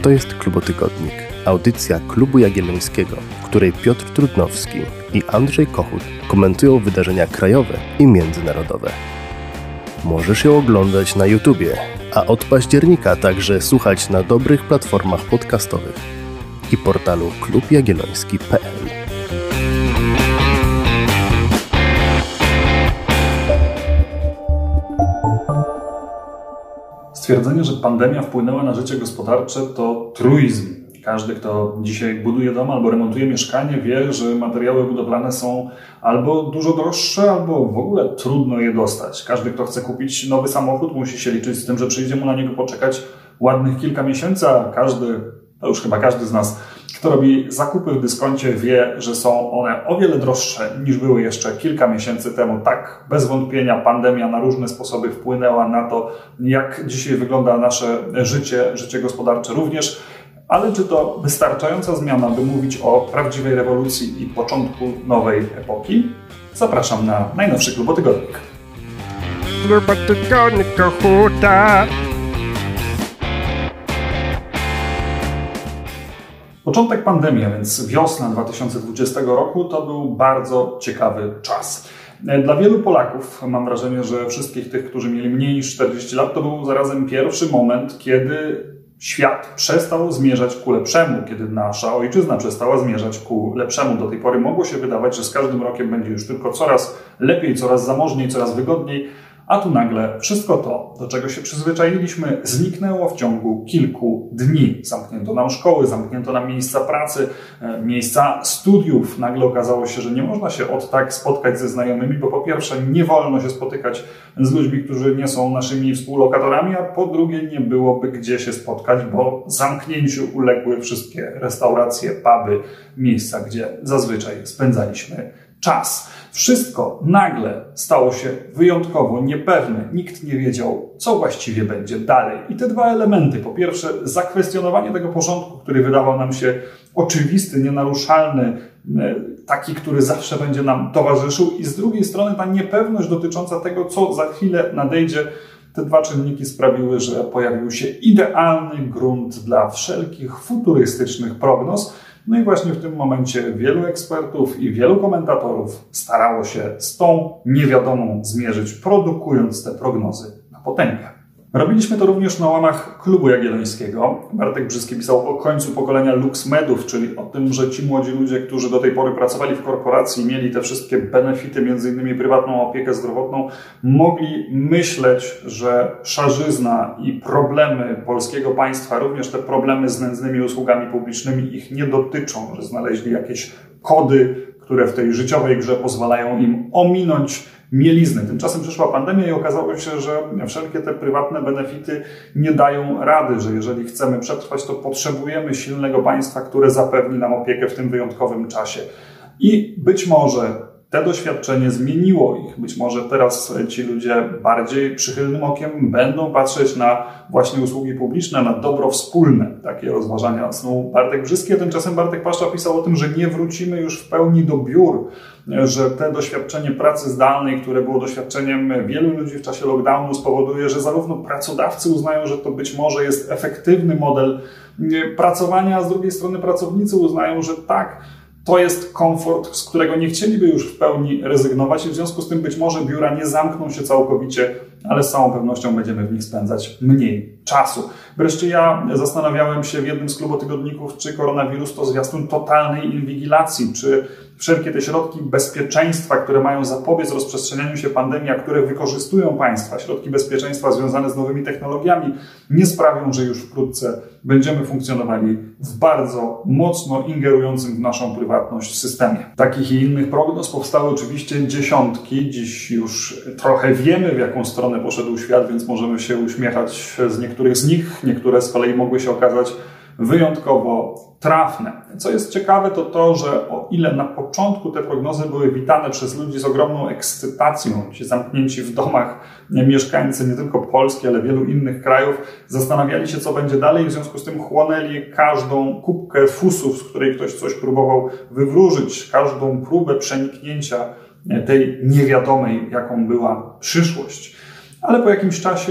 To jest Klubotygodnik, audycja Klubu Jagiellońskiego, w której Piotr Trudnowski i Andrzej Kochut komentują wydarzenia krajowe i międzynarodowe. Możesz ją oglądać na YouTubie, a od października także słuchać na dobrych platformach podcastowych i portalu klubjagielloński.pl. Stwierdzenie, że pandemia wpłynęła na życie gospodarcze, to truizm. Każdy, kto dzisiaj buduje dom albo remontuje mieszkanie, wie, że materiały budowlane są albo dużo droższe, albo w ogóle trudno je dostać. Każdy, kto chce kupić nowy samochód, musi się liczyć z tym, że przyjdzie mu na niego poczekać ładnych kilka miesięcy, a to już chyba każdy z nas, kto robi zakupy w dyskoncie, wie, że są one o wiele droższe niż były jeszcze kilka miesięcy temu. Tak, bez wątpienia pandemia na różne sposoby wpłynęła na to, jak dzisiaj wygląda nasze życie gospodarcze również. Ale czy to wystarczająca zmiana, by mówić o prawdziwej rewolucji i początku nowej epoki? Zapraszam na najnowszy Klubotygodnik. Klubotygodnik Kochuta. Początek pandemii, a więc wiosna 2020 roku, to był bardzo ciekawy czas. Dla wielu Polaków, mam wrażenie, że wszystkich tych, którzy mieli mniej niż 40 lat, to był zarazem pierwszy moment, kiedy świat przestał zmierzać ku lepszemu, kiedy nasza ojczyzna przestała zmierzać ku lepszemu. Do tej pory mogło się wydawać, że z każdym rokiem będzie już tylko coraz lepiej, coraz zamożniej, coraz wygodniej, a tu nagle wszystko to, do czego się przyzwyczailiśmy, zniknęło w ciągu kilku dni. Zamknięto nam szkoły, zamknięto nam miejsca pracy, miejsca studiów. Nagle okazało się, że nie można się od tak spotkać ze znajomymi, bo po pierwsze nie wolno się spotykać z ludźmi, którzy nie są naszymi współlokatorami, a po drugie nie byłoby gdzie się spotkać, bo zamknięciu uległy wszystkie restauracje, puby, miejsca, gdzie zazwyczaj spędzaliśmy czas. Wszystko nagle stało się wyjątkowo niepewne. Nikt nie wiedział, co właściwie będzie dalej. I te dwa elementy, po pierwsze zakwestionowanie tego porządku, który wydawał nam się oczywisty, nienaruszalny, taki, który zawsze będzie nam towarzyszył, i z drugiej strony ta niepewność dotycząca tego, co za chwilę nadejdzie. Te dwa czynniki sprawiły, że pojawił się idealny grunt dla wszelkich futurystycznych prognoz. No i właśnie w tym momencie wielu ekspertów i wielu komentatorów starało się z tą niewiadomą zmierzyć, produkując te prognozy na potęgę. Robiliśmy to również na łamach Klubu Jagiellońskiego. Bartek Brzyski pisał o końcu pokolenia luksmedów, czyli o tym, że ci młodzi ludzie, którzy do tej pory pracowali w korporacji, mieli te wszystkie benefity, między innymi prywatną opiekę zdrowotną, mogli myśleć, że szarzyzna i problemy polskiego państwa, również te problemy z nędznymi usługami publicznymi ich nie dotyczą, że znaleźli jakieś kody, które w tej życiowej grze pozwalają im ominąć mielizny. Tymczasem przyszła pandemia i okazało się, że wszelkie te prywatne benefity nie dają rady, że jeżeli chcemy przetrwać, to potrzebujemy silnego państwa, które zapewni nam opiekę w tym wyjątkowym czasie. I być może to doświadczenie zmieniło ich. Być może teraz ci ludzie bardziej przychylnym okiem będą patrzeć na właśnie usługi publiczne, na dobro wspólne. Takie rozważania snuł Bartek Brzyski, a tymczasem Bartek Paszcza pisał o tym, że nie wrócimy już w pełni do biur, że te doświadczenie pracy zdalnej, które było doświadczeniem wielu ludzi w czasie lockdownu, spowoduje, że zarówno pracodawcy uznają, że to być może jest efektywny model pracowania, a z drugiej strony pracownicy uznają, że tak, to jest komfort, z którego nie chcieliby już w pełni rezygnować i w związku z tym być może biura nie zamkną się całkowicie, ale z całą pewnością będziemy w nich spędzać mniej czasu. Wreszcie ja zastanawiałem się w jednym z klubotygodników, czy koronawirus to zwiastun totalnej inwigilacji, czy wszelkie te środki bezpieczeństwa, które mają zapobiec rozprzestrzenianiu się pandemii, a które wykorzystują państwa, środki bezpieczeństwa związane z nowymi technologiami, nie sprawią, że już wkrótce będziemy funkcjonowali w bardzo mocno ingerującym w naszą prywatność systemie. Takich i innych prognoz powstały oczywiście dziesiątki. Dziś już trochę wiemy, w jaką stronę poszedł świat, więc możemy się uśmiechać z niektórych z nich. Niektóre z kolei mogły się okazać wyjątkowo trafne. Co jest ciekawe, to to, że o ile na początku te prognozy były witane przez ludzi z ogromną ekscytacją, ci zamknięci w domach mieszkańcy nie tylko Polski, ale wielu innych krajów, zastanawiali się, co będzie dalej, w związku z tym chłonęli każdą kubkę fusów, z której ktoś coś próbował wywróżyć, każdą próbę przeniknięcia tej niewiadomej, jaką była przyszłość. Ale po jakimś czasie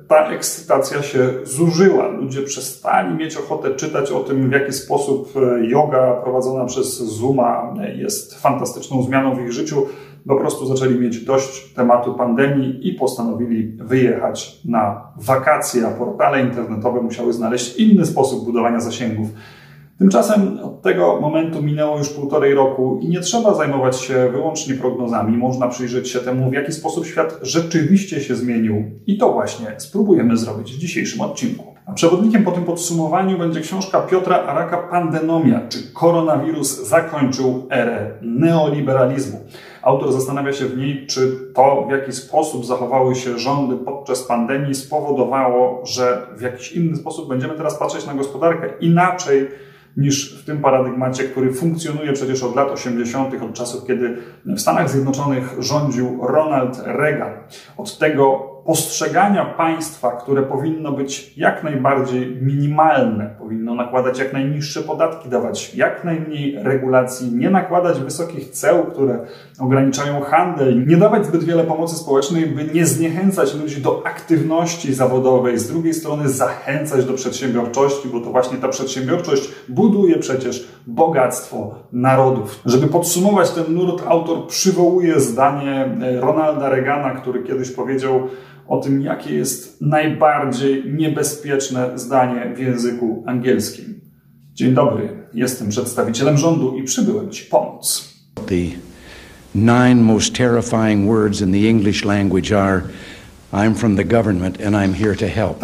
ta ekscytacja się zużyła. Ludzie przestali mieć ochotę czytać o tym, w jaki sposób yoga prowadzona przez Zooma jest fantastyczną zmianą w ich życiu. Po prostu zaczęli mieć dość tematu pandemii i postanowili wyjechać na wakacje, a portale internetowe musiały znaleźć inny sposób budowania zasięgów. Tymczasem od tego momentu minęło już 1,5 roku i nie trzeba zajmować się wyłącznie prognozami. Można przyjrzeć się temu, w jaki sposób świat rzeczywiście się zmienił. I to właśnie spróbujemy zrobić w dzisiejszym odcinku. A przewodnikiem po tym podsumowaniu będzie książka Piotra Araka Pandenomia, czy koronawirus zakończył erę neoliberalizmu. Autor zastanawia się w niej, czy to, w jaki sposób zachowały się rządy podczas pandemii, spowodowało, że w jakiś inny sposób będziemy teraz patrzeć na gospodarkę inaczej niż w tym paradygmacie, który funkcjonuje przecież od lat 80., od czasów, kiedy w Stanach Zjednoczonych rządził Ronald Reagan. Od tego postrzegania państwa, które powinno być jak najbardziej minimalne, powinno nakładać jak najniższe podatki, dawać jak najmniej regulacji, nie nakładać wysokich ceł, które ograniczają handel, nie dawać zbyt wiele pomocy społecznej, by nie zniechęcać ludzi do aktywności zawodowej, z drugiej strony zachęcać do przedsiębiorczości, bo to właśnie ta przedsiębiorczość buduje przecież bogactwo narodów. Żeby podsumować ten nurt, autor przywołuje zdanie Ronalda Reagana, który kiedyś powiedział o tym, jakie jest najbardziej niebezpieczne zdanie w języku angielskim. Dzień dobry, jestem przedstawicielem rządu i przybyłem Ci pomóc. The 9 most terrifying words in the English language are I'm from the government and I'm here to help.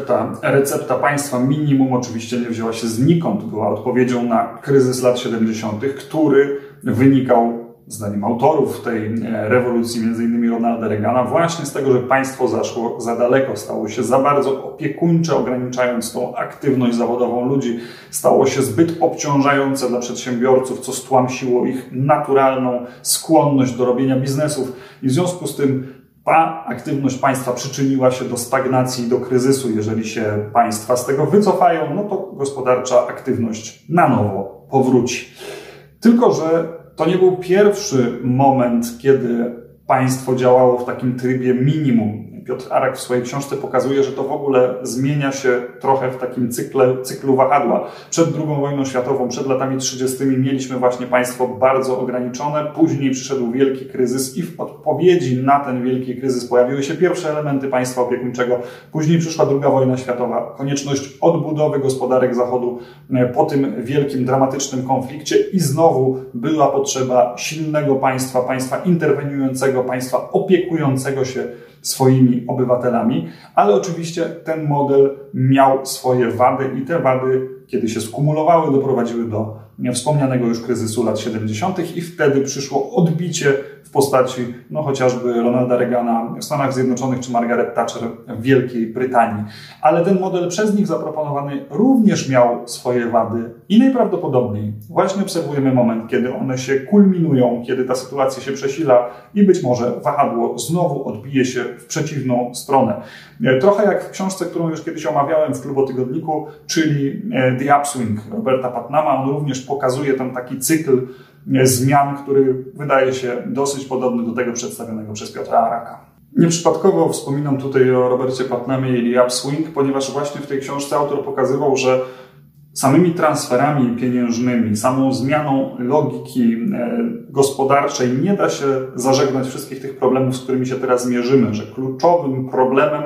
Ta recepta państwa minimum oczywiście nie wzięła się znikąd. Była odpowiedzią na kryzys lat 70., który wynikał, zdaniem autorów tej rewolucji, m.in. Ronalda Reagana, właśnie z tego, że państwo zaszło za daleko, stało się za bardzo opiekuńcze, ograniczając tą aktywność zawodową ludzi, stało się zbyt obciążające dla przedsiębiorców, co stłamsiło ich naturalną skłonność do robienia biznesów i w związku z tym ta aktywność państwa przyczyniła się do stagnacji i do kryzysu. Jeżeli się państwa z tego wycofają, no to gospodarcza aktywność na nowo powróci. Tylko że to nie był pierwszy moment, kiedy państwo działało w takim trybie minimum. Piotr Arak w swojej książce pokazuje, że to w ogóle zmienia się trochę w takim cyklu wahadła. Przed II wojną światową, przed latami 30. mieliśmy właśnie państwo bardzo ograniczone, później przyszedł wielki kryzys i w odpowiedzi na ten wielki kryzys pojawiły się pierwsze elementy państwa opiekuńczego. Później przyszła II wojna światowa, konieczność odbudowy gospodarek Zachodu po tym wielkim, dramatycznym konflikcie i znowu była potrzeba silnego państwa, państwa interweniującego, państwa opiekującego się swoimi obywatelami, ale oczywiście ten model miał swoje wady i te wady, kiedy się skumulowały, doprowadziły do wspomnianego już kryzysu lat 70. i wtedy przyszło odbicie w postaci chociażby Ronalda Reagana w Stanach Zjednoczonych czy Margaret Thatcher w Wielkiej Brytanii. Ale ten model przez nich zaproponowany również miał swoje wady i najprawdopodobniej właśnie obserwujemy moment, kiedy one się kulminują, kiedy ta sytuacja się przesila i być może wahadło znowu odbije się w przeciwną stronę. Trochę jak w książce, którą już kiedyś omawiałem w Klubotygodniku, czyli The Upswing Roberta Putnama. On również pokazuje tam taki cykl zmian, który wydaje się dosyć podobny do tego przedstawionego przez Piotra Araka. Nieprzypadkowo wspominam tutaj o Robercie Putnamie i The Upswing, ponieważ właśnie w tej książce autor pokazywał, że samymi transferami pieniężnymi, samą zmianą logiki gospodarczej nie da się zażegnać wszystkich tych problemów, z którymi się teraz mierzymy, że kluczowym problemem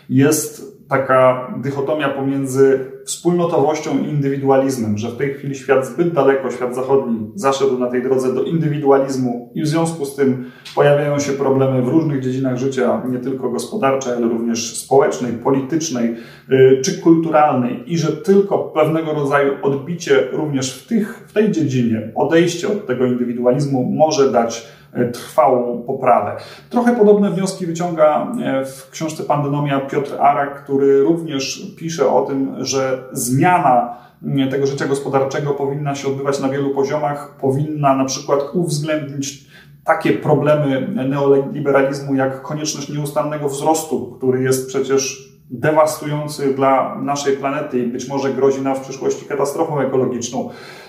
jest taka dychotomia pomiędzy wspólnotowością i indywidualizmem, że w tej chwili świat zbyt daleko, świat zachodni zaszedł na tej drodze do indywidualizmu i w związku z tym pojawiają się problemy w różnych dziedzinach życia, nie tylko gospodarczej, ale również społecznej, politycznej czy kulturalnej i że tylko pewnego rodzaju odbicie również w tej dziedzinie, odejście od tego indywidualizmu może dać trwałą poprawę. Trochę podobne wnioski wyciąga w książce Pandenomia Piotr Arak, który również pisze o tym, że zmiana tego życia gospodarczego powinna się odbywać na wielu poziomach, powinna na przykład uwzględnić takie problemy neoliberalizmu jak konieczność nieustannego wzrostu, który jest przecież dewastujący dla naszej planety i być może grozi nam w przyszłości katastrofą ekologiczną.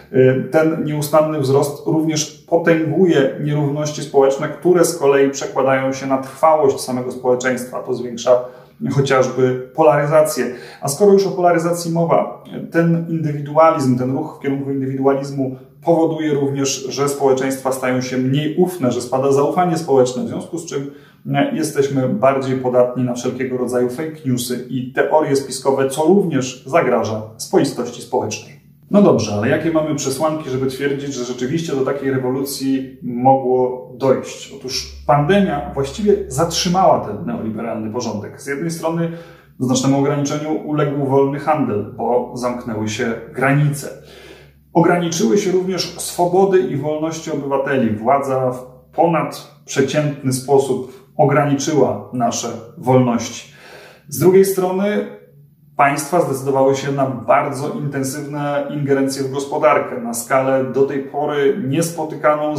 Ten nieustanny wzrost również potęguje nierówności społeczne, które z kolei przekładają się na trwałość samego społeczeństwa. To zwiększa chociażby polaryzację. A skoro już o polaryzacji mowa, ten indywidualizm, ten ruch w kierunku indywidualizmu powoduje również, że społeczeństwa stają się mniej ufne, że spada zaufanie społeczne, w związku z czym jesteśmy bardziej podatni na wszelkiego rodzaju fake newsy i teorie spiskowe, co również zagraża spoistości społecznej. No dobrze, ale jakie mamy przesłanki, żeby twierdzić, że rzeczywiście do takiej rewolucji mogło dojść? Otóż pandemia właściwie zatrzymała ten neoliberalny porządek. Z jednej strony znacznemu ograniczeniu uległ wolny handel, bo zamknęły się granice. Ograniczyły się również swobody i wolności obywateli. Władza w ponadprzeciętny sposób ograniczyła nasze wolności. Z drugiej strony państwa zdecydowały się na bardzo intensywne ingerencje w gospodarkę. Na skalę do tej pory niespotykaną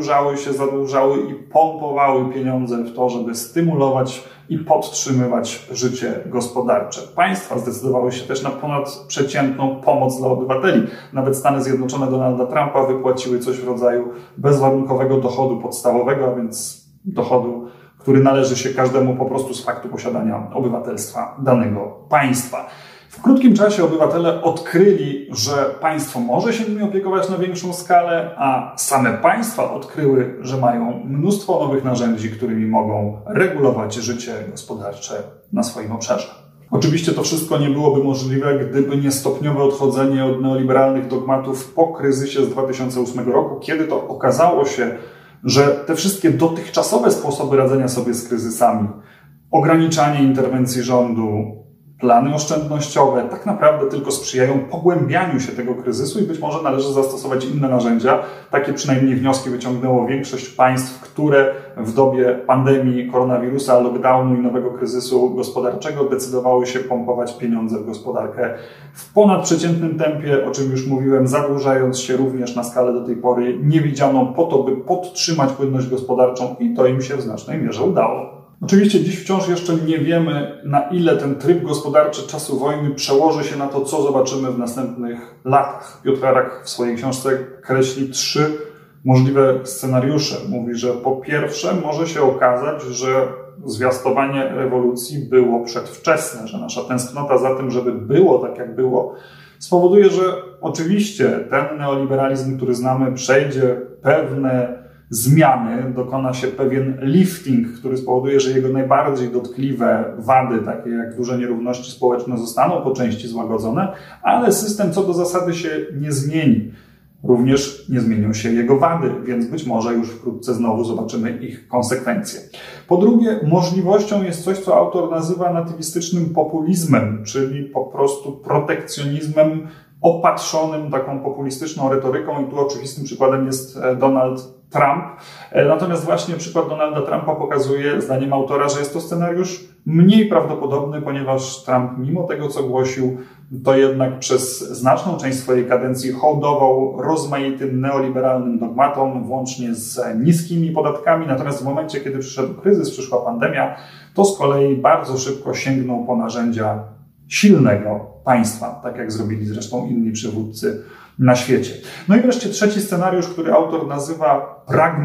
zadłużały i pompowały pieniądze w to, żeby stymulować i podtrzymywać życie gospodarcze. Państwa zdecydowały się też na ponadprzeciętną pomoc dla obywateli. Nawet Stany Zjednoczone Donalda Trumpa wypłaciły coś w rodzaju bezwarunkowego dochodu podstawowego, a więc dochodu, który należy się każdemu po prostu z faktu posiadania obywatelstwa danego państwa. W krótkim czasie obywatele odkryli, że państwo może się nimi opiekować na większą skalę, a same państwa odkryły, że mają mnóstwo nowych narzędzi, którymi mogą regulować życie gospodarcze na swoim obszarze. Oczywiście to wszystko nie byłoby możliwe, gdyby nie stopniowe odchodzenie od neoliberalnych dogmatów po kryzysie z 2008 roku, kiedy to okazało się, że te wszystkie dotychczasowe sposoby radzenia sobie z kryzysami, ograniczanie interwencji rządu, plany oszczędnościowe tak naprawdę tylko sprzyjają pogłębianiu się tego kryzysu i być może należy zastosować inne narzędzia. Takie przynajmniej wnioski wyciągnęło większość państw, które w dobie pandemii koronawirusa, lockdownu i nowego kryzysu gospodarczego decydowały się pompować pieniądze w gospodarkę w ponadprzeciętnym tempie, o czym już mówiłem, zadłużając się również na skalę do tej pory niewidzianą po to, by podtrzymać płynność gospodarczą i to im się w znacznej mierze udało. Oczywiście dziś wciąż jeszcze nie wiemy, na ile ten tryb gospodarczy czasu wojny przełoży się na to, co zobaczymy w następnych latach. Piotr Arak w swojej książce kreśli 3 możliwe scenariusze. Mówi, że po pierwsze może się okazać, że zwiastowanie rewolucji było przedwczesne, że nasza tęsknota za tym, żeby było tak, jak było, spowoduje, że oczywiście ten neoliberalizm, który znamy, przejdzie pewne zmiany, dokona się pewien lifting, który spowoduje, że jego najbardziej dotkliwe wady, takie jak duże nierówności społeczne, zostaną po części złagodzone, ale system co do zasady się nie zmieni. Również nie zmienią się jego wady, więc być może już wkrótce znowu zobaczymy ich konsekwencje. Po drugie, możliwością jest coś, co autor nazywa natywistycznym populizmem, czyli po prostu protekcjonizmem opatrzonym taką populistyczną retoryką i tu oczywistym przykładem jest Donald Trump. Natomiast właśnie przykład Donalda Trumpa pokazuje, zdaniem autora, że jest to scenariusz mniej prawdopodobny, ponieważ Trump mimo tego, co głosił, to jednak przez znaczną część swojej kadencji hołdował rozmaitym neoliberalnym dogmatom, włącznie z niskimi podatkami. Natomiast w momencie, kiedy przyszedł kryzys, przyszła pandemia, to z kolei bardzo szybko sięgnął po narzędzia silnego państwa, tak jak zrobili zresztą inni przywódcy na świecie. No i wreszcie trzeci scenariusz, który autor nazywa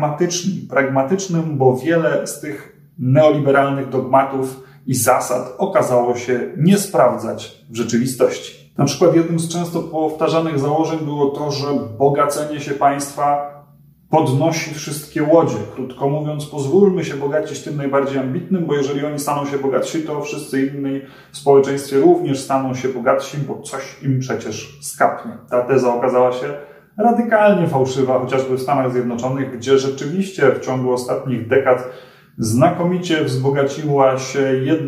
pragmatycznym, bo wiele z tych neoliberalnych dogmatów i zasad okazało się nie sprawdzać w rzeczywistości. Na przykład jednym z często powtarzanych założeń było to, że bogacenie się państwa podnosi wszystkie łodzie. Krótko mówiąc, pozwólmy się bogacić tym najbardziej ambitnym, bo jeżeli oni staną się bogatsi, to wszyscy inni w społeczeństwie również staną się bogatsi, bo coś im przecież skapnie. Ta teza okazała się radykalnie fałszywa, chociażby w Stanach Zjednoczonych, gdzie rzeczywiście w ciągu ostatnich dekad znakomicie wzbogaciła się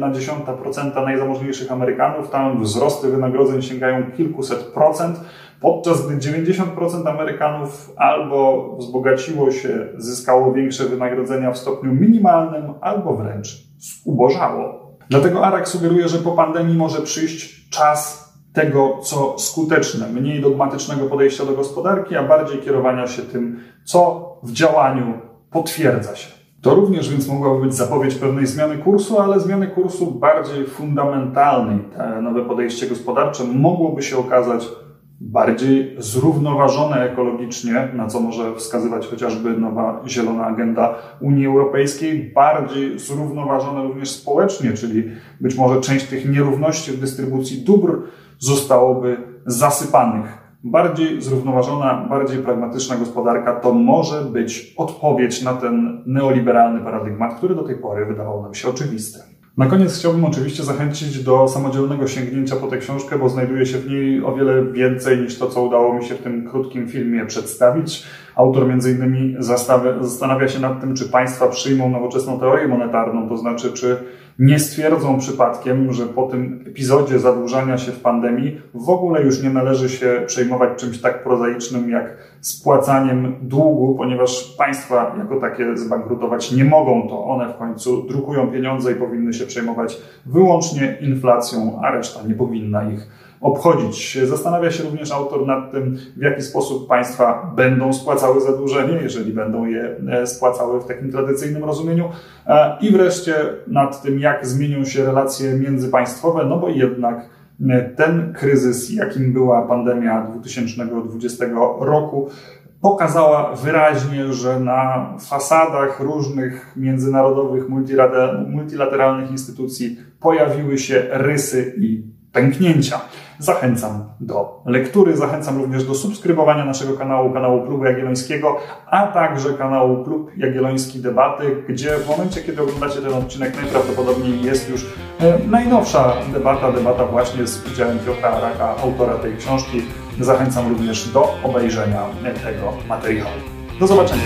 0,1% najzamożniejszych Amerykanów. Tam wzrosty wynagrodzeń sięgają kilkuset procent, podczas gdy 90% Amerykanów albo wzbogaciło się, zyskało większe wynagrodzenia w stopniu minimalnym, albo wręcz zubożało. Dlatego Arak sugeruje, że po pandemii może przyjść czas tego, co skuteczne, mniej dogmatycznego podejścia do gospodarki, a bardziej kierowania się tym, co w działaniu potwierdza się. To również więc mogłaby być zapowiedź pewnej zmiany kursu, ale zmiany kursu bardziej fundamentalnej. To nowe podejście gospodarcze mogłoby się okazać bardziej zrównoważone ekologicznie, na co może wskazywać chociażby nowa zielona agenda Unii Europejskiej, bardziej zrównoważone również społecznie, czyli być może część tych nierówności w dystrybucji dóbr zostałoby zasypanych. Bardziej zrównoważona, bardziej pragmatyczna gospodarka to może być odpowiedź na ten neoliberalny paradygmat, który do tej pory wydawał nam się oczywisty. Na koniec chciałbym oczywiście zachęcić do samodzielnego sięgnięcia po tę książkę, bo znajduje się w niej o wiele więcej niż to, co udało mi się w tym krótkim filmie przedstawić. Autor m.in. zastanawia się nad tym, czy państwa przyjmą nowoczesną teorię monetarną, to znaczy, czy nie stwierdzą przypadkiem, że po tym epizodzie zadłużania się w pandemii w ogóle już nie należy się przejmować czymś tak prozaicznym jak spłacaniem długu, ponieważ państwa jako takie zbankrutować nie mogą, to one w końcu drukują pieniądze i powinny się przejmować wyłącznie inflacją, a reszta nie powinna ich obchodzić. Zastanawia się również autor nad tym, w jaki sposób państwa będą spłacały zadłużenie, jeżeli będą je spłacały w takim tradycyjnym rozumieniu. I wreszcie nad tym, jak zmienią się relacje międzypaństwowe, no bo jednak ten kryzys, jakim była pandemia 2020 roku, pokazała wyraźnie, że na fasadach różnych międzynarodowych, multilateralnych instytucji pojawiły się rysy i pęknięcia. Zachęcam do lektury, zachęcam również do subskrybowania naszego kanału Klubu Jagiellońskiego, a także kanału Klub Jagielloński Debaty, gdzie w momencie, kiedy oglądacie ten odcinek, najprawdopodobniej jest już najnowsza debata właśnie z udziałem Piotra Araka, autora tej książki. Zachęcam również do obejrzenia tego materiału. Do zobaczenia.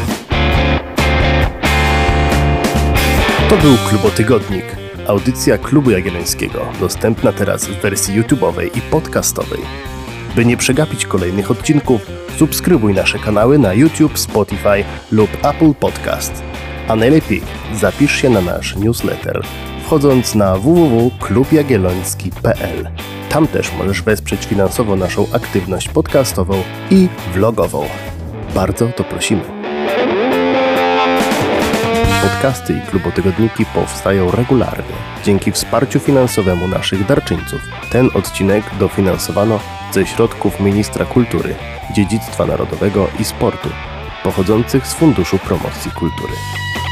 To był Klubotygodnik. Audycja Klubu Jagiellońskiego, dostępna teraz w wersji YouTube'owej i podcastowej. By nie przegapić kolejnych odcinków, subskrybuj nasze kanały na YouTube, Spotify lub Apple Podcast. A najlepiej zapisz się na nasz newsletter, wchodząc na www.klubjagielloński.pl. Tam też możesz wesprzeć finansowo naszą aktywność podcastową i vlogową. Bardzo to prosimy. Podcasty i klubotygodniki powstają regularnie dzięki wsparciu finansowemu naszych darczyńców. Ten odcinek dofinansowano ze środków Ministra Kultury, Dziedzictwa Narodowego i Sportu, pochodzących z Funduszu Promocji Kultury.